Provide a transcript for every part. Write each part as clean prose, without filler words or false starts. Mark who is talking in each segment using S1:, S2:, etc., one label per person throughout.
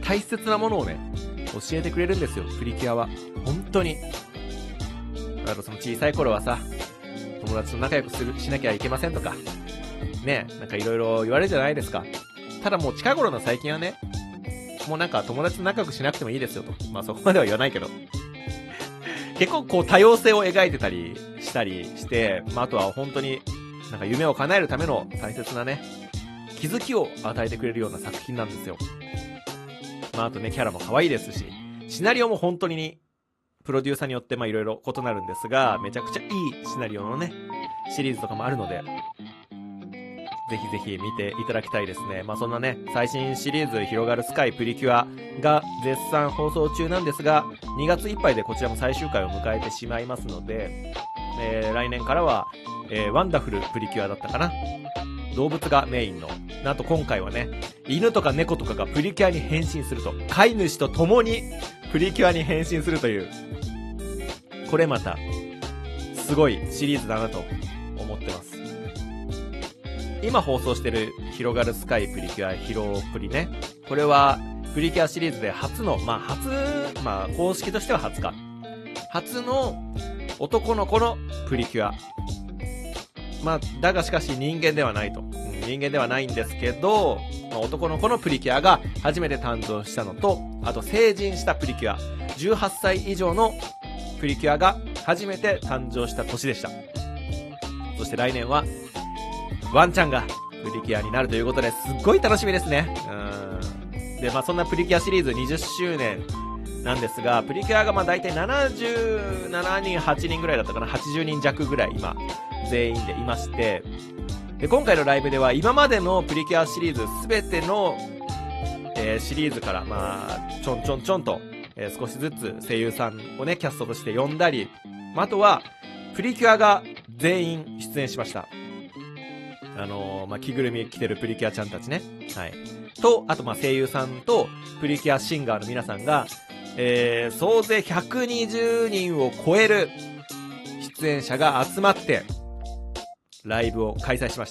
S1: 大切なものをね、教えてくれるんですよ、プリキュアは。本当に。だからその小さい頃はさ、友達と仲良くしなきゃいけませんとか、ね、なんかいろいろ言われるじゃないですか。ただもう近頃の最近はね、もうなんか友達と仲良くしなくてもいいですよと。まあそこまでは言わないけど。結構こう多様性を描いてたりしたりして、まああとは本当になんか夢を叶えるための大切なね、気づきを与えてくれるような作品なんですよ。まああとね、キャラも可愛いですし、シナリオも本当にプロデューサーによってまあいろいろ異なるんですが、めちゃくちゃいいシナリオのね、シリーズとかもあるので、ぜひぜひ見ていただきたいですね。まあそんなね、最新シリーズ広がるスカイプリキュアが絶賛放送中なんですが、2月いっぱいでこちらも最終回を迎えてしまいますので、来年からは、ワンダフルプリキュアだったかな。動物がメインの。なんと今回はね、犬とか猫とかがプリキュアに変身すると。飼い主と共にプリキュアに変身するという。これまた、すごいシリーズだなと思ってます。今放送してる広がるスカイプリキュアヒロプリね。これはプリキュアシリーズで初の、公式としては初か。初の男の子のプリキュア。だがしかし人間ではないと。人間ではないんですけど、男の子のプリキュアが初めて誕生したのと、あと成人したプリキュア。18歳以上のプリキュアが初めて誕生した年でした。そして来年は、ワンちゃんがプリキュアになるということですっごい楽しみですね。で、そんなプリキュアシリーズ20周年なんですが、プリキュアがだいたい77人、8人ぐらいだったかな、80人弱ぐらい今、全員でいまして、で、今回のライブでは今までのプリキュアシリーズすべての、シリーズからちょんと、少しずつ声優さんをね、キャストとして呼んだり、あとは、プリキュアが全員出演しました。着ぐるみ着てるプリキュアちゃんたちね。はい。と、あと声優さんとプリキュアシンガーの皆さんが、総勢120人を超える出演者が集まって、ライブを開催しました。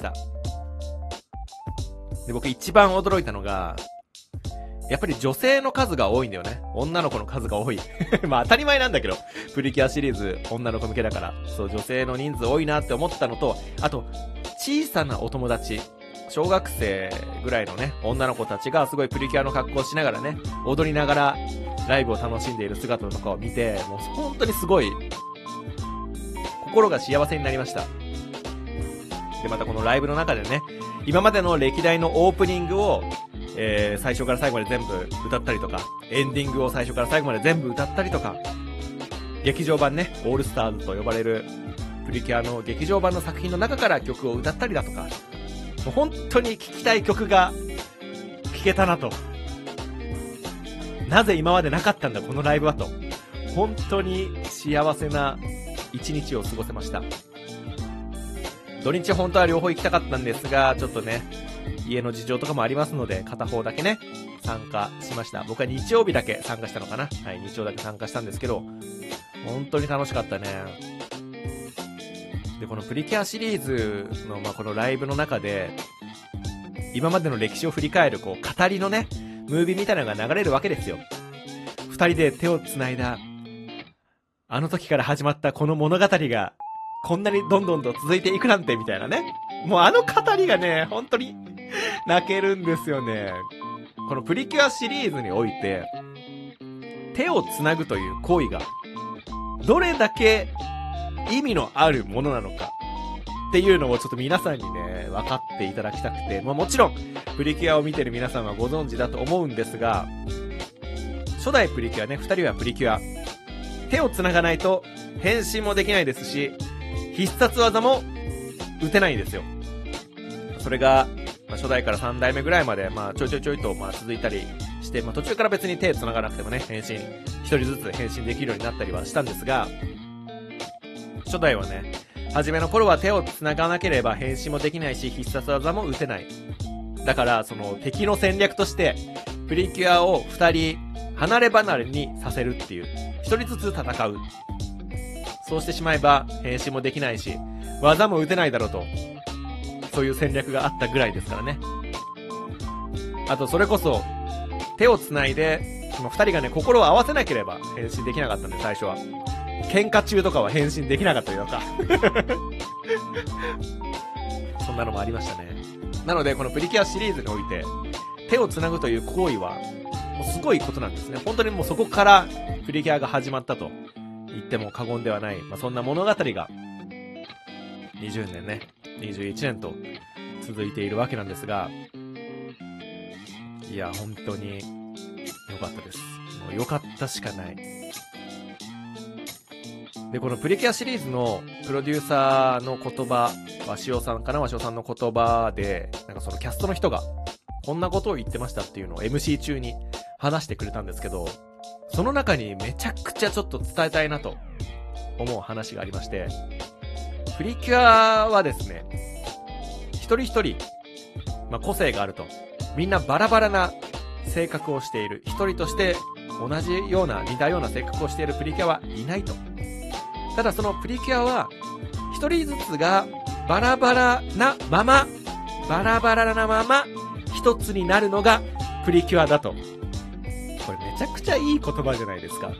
S1: で、僕一番驚いたのが、やっぱり女性の数が多いんだよね。女の子の数が多い。当たり前なんだけど、プリキュアシリーズ女の子向けだから、そう、女性の人数多いなって思ったのと、あと、小さなお友達、小学生ぐらいのね、女の子たちがすごいプリキュアの格好をしながらね、踊りながらライブを楽しんでいる姿とかを見て、もう本当にすごい、心が幸せになりました。で、またこのライブの中でね、今までの歴代のオープニングを、最初から最後まで全部歌ったりとか、エンディングを最初から最後まで全部歌ったりとか、劇場版ね、オールスターズと呼ばれるプリキュアの劇場版の作品の中から曲を歌ったりだとか、もう本当に聴きたい曲が聴けたなと。なぜ今までなかったんだこのライブはと。本当に幸せな一日を過ごせました。土日本当は両方行きたかったんですが、ちょっとね、家の事情とかもありますので、片方だけね、参加しました。僕は日曜日だけ参加したのかな。はい、日曜だけ参加したんですけど、本当に楽しかったね。で、このプリキュアシリーズの、このライブの中で、今までの歴史を振り返る、語りのね、ムービーみたいなのが流れるわけですよ。二人で手を繋いだ、あの時から始まったこの物語が、こんなにどんどんと続いていくなんて、みたいなね。もうあの語りがね、本当に泣けるんですよね。このプリキュアシリーズにおいて、手を繋ぐという行為が、どれだけ意味のあるものなのかっていうのをちょっと皆さんにね、分かっていただきたくて、もちろんプリキュアを見てる皆さんはご存知だと思うんですが、初代プリキュアね、二人はプリキュア、手を繋がないと変身もできないですし、必殺技も打てないんですよ。それが、初代から3代目ぐらいまで、ちょいと、続いたりして、途中から別に手繋がなくてもね、変身、一人ずつ変身できるようになったりはしたんですが、初代はね、初めの頃は手を繋がなければ変身もできないし、必殺技も打てない。だから、その敵の戦略として、プリキュアを2人離れ離れにさせるっていう、1人ずつ戦う。そうしてしまえば変身もできないし、技も打てないだろうと、そういう戦略があったぐらいですからね。あとそれこそ手を繋いで、二人がね、心を合わせなければ変身できなかったんで、最初は。喧嘩中とかは変身できなかったりとか。そんなのもありましたね。なので、このプリキュアシリーズにおいて、手を繋ぐという行為は、もうすごいことなんですね。本当にもうそこからプリキュアが始まったと言っても過言ではない。そんな物語が、20年ね、21年と続いているわけなんですが、いや、本当に良かったです。もう良かったしかない。で、このプリキュアシリーズのプロデューサーの言葉、鷲尾さんの言葉で、なんかそのキャストの人が、こんなことを言ってましたっていうのを MC 中に話してくれたんですけど、その中にめちゃくちゃちょっと伝えたいなと思う話がありまして、プリキュアはですね、一人一人、個性があると。みんなバラバラな性格をしている。一人として同じような、似たような性格をしているプリキュアはいないと。ただそのプリキュアは、一人ずつがバラバラなまま、一つになるのがプリキュアだと。これめちゃくちゃいい言葉じゃないですか。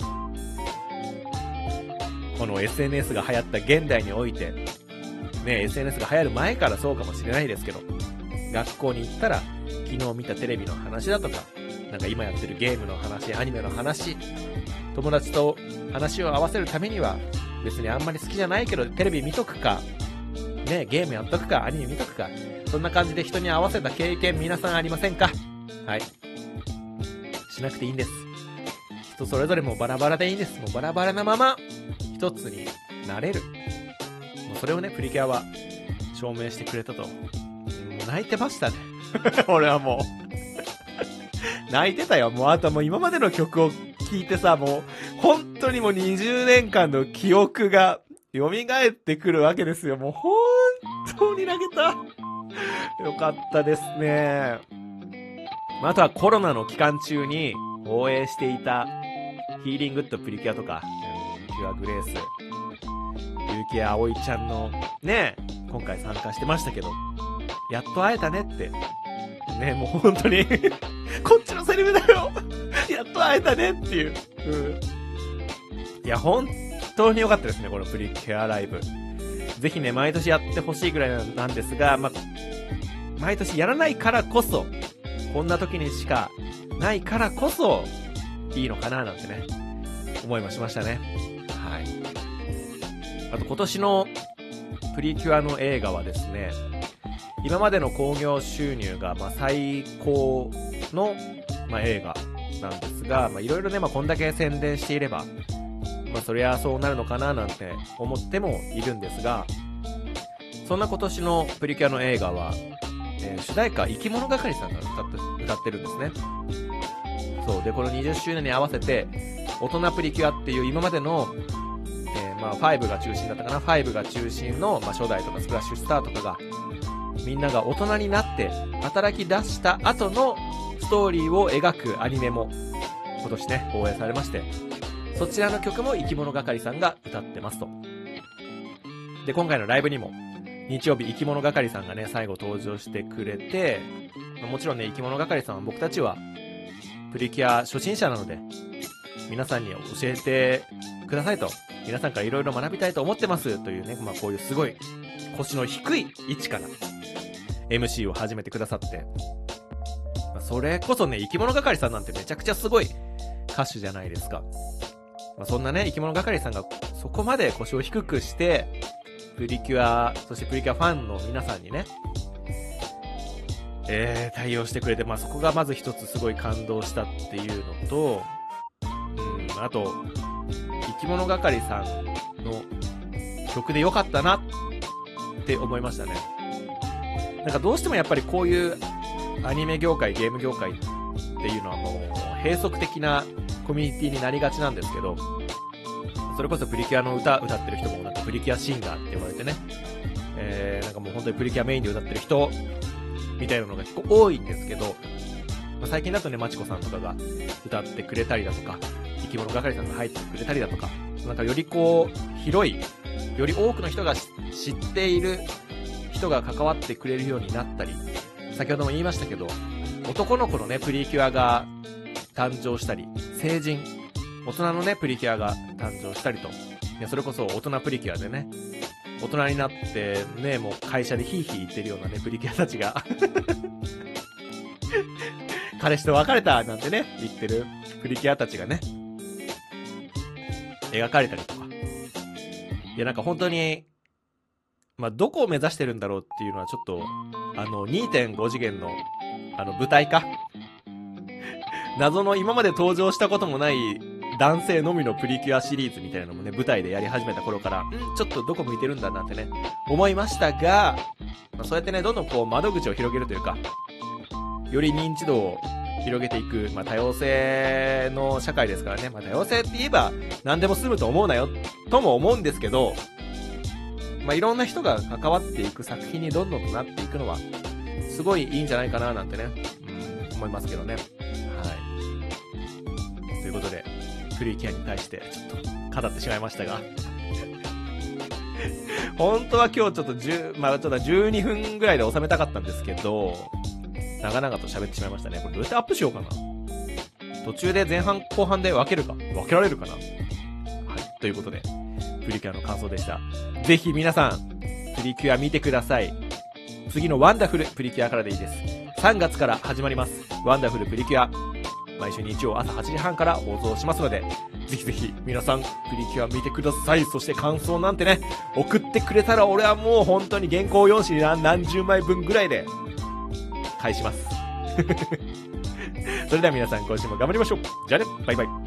S1: この SNS が流行った現代において、ね、SNS が流行る前からそうかもしれないですけど、学校に行ったら、昨日見たテレビの話だとか、なんか今やってるゲームの話、アニメの話、友達と話を合わせるためには、別にあんまり好きじゃないけど、テレビ見とくか、ね、ゲームやっとくか、アニメ見とくか、そんな感じで人に合わせた経験皆さんありませんか？はい。しなくていいんです。人それぞれもバラバラでいいんです。もうバラバラなまま、一つになれる。もうそれをね、プリキュアは証明してくれたと。もう泣いてましたね。俺はもう。泣いてたよ。もうあともう今までの曲を聴いてさ、もう本当にもう20年間の記憶が蘇ってくるわけですよ。もう本当に泣けた。よかったですね。あとはコロナの期間中に応援していたヒーリングッドプリキュアとか、ピュアグレース、結城葵ちゃんのね、今回参加してましたけど、やっと会えたねって。ね、もう本当にこっちのセリフだよやっと会えたねっていう。いや、本当に良かったですね、このプリキュアライブ。ぜひね、毎年やってほしいぐらいなんですが、毎年やらないからこそ、こんな時にしかないからこそ、いいのかななんてね、思いもしましたね。はい。あと今年のプリキュアの映画はですね、今までの興行収入が最高の映画なんですが、いろいろね、こんだけ宣伝していれば、そりゃそうなるのかななんて思ってもいるんですが、そんな今年のプリキュアの映画は、主題歌、生き物係さんが歌ってるんですね。そう。で、この20周年に合わせて、大人プリキュアっていう今までの、5が中心だったかな。5が中心の、初代とかスプラッシュスターとかが、みんなが大人になって働き出した後のストーリーを描くアニメも今年ね、放映されまして、そちらの曲も生き物係さんが歌ってますと。で、今回のライブにも、日曜日生き物係さんがね、最後登場してくれて、もちろんね、生き物係さんは僕たちは、プリキュア初心者なので、皆さんに教えてくださいと、皆さんからいろいろ学びたいと思ってますというね、こういうすごい腰の低い位置から MC を始めてくださって、それこそね、生き物係さんなんてめちゃくちゃすごい歌手じゃないですか。そんなね、生き物係さんがそこまで腰を低くして、プリキュア、そしてプリキュアファンの皆さんにね、対応してくれて、そこがまず一つすごい感動したっていうのと、あと、生き物係さんの曲でよかったなって思いましたね。なんかどうしてもやっぱりこういうアニメ業界、ゲーム業界っていうのはもう閉塞的なコミュニティになりがちなんですけど、それこそプリキュアの歌歌ってる人もなんかプリキュアシンガーって呼ばれてね、なんかもう本当にプリキュアメインで歌ってる人みたいなのが結構多いんですけど、最近だとね、まちこさんとかが歌ってくれたりだとか、生き物係さんが入ってくれたりだとか、なんかより広い、より多くの人が知っている人が関わってくれるようになったり、先ほども言いましたけど、男の子のね、プリキュアが誕生したり、成人、大人のね、プリキュアが誕生したりと、それこそ大人プリキュアでね、大人になってね、もう会社でヒーヒー言ってるようなね、プリキュアたちが、彼氏と別れたなんてね、言ってるプリキュアたちがね、描かれたりとか。いや、なんか本当に、どこを目指してるんだろうっていうのはちょっと、2.5 次元の、舞台化謎の今まで登場したこともない男性のみのプリキュアシリーズみたいなのもね、舞台でやり始めた頃から、ちょっとどこ向いてるんだなんてね、思いましたが、そうやってね、どんどんこう窓口を広げるというか、より認知度を広げていく、多様性の社会ですからね、多様性って言えば何でも済むと思うなよ、とも思うんですけど、いろんな人が関わっていく作品にどんどんなっていくのは、すごいいいんじゃないかななんてね、思いますけどね。はい。ということで、プリキュアに対してちょっと語ってしまいましたが、本当は今日ちょっと12分ぐらいで収めたかったんですけど、長々と喋ってしまいましたね。これどうやってアップしようかな。途中で前半後半で分けられるかな。はい。ということで、プリキュアの感想でした。ぜひ皆さん、プリキュア見てください。次のワンダフルプリキュアからでいいです。3月から始まります。ワンダフルプリキュア。毎週日曜朝8時半から放送しますので、ぜひぜひ皆さんプリキュア見てください。そして感想なんてね、送ってくれたら俺はもう本当に原稿用紙何十枚分ぐらいで返します。それでは皆さん今週も頑張りましょう。じゃあね、バイバイ。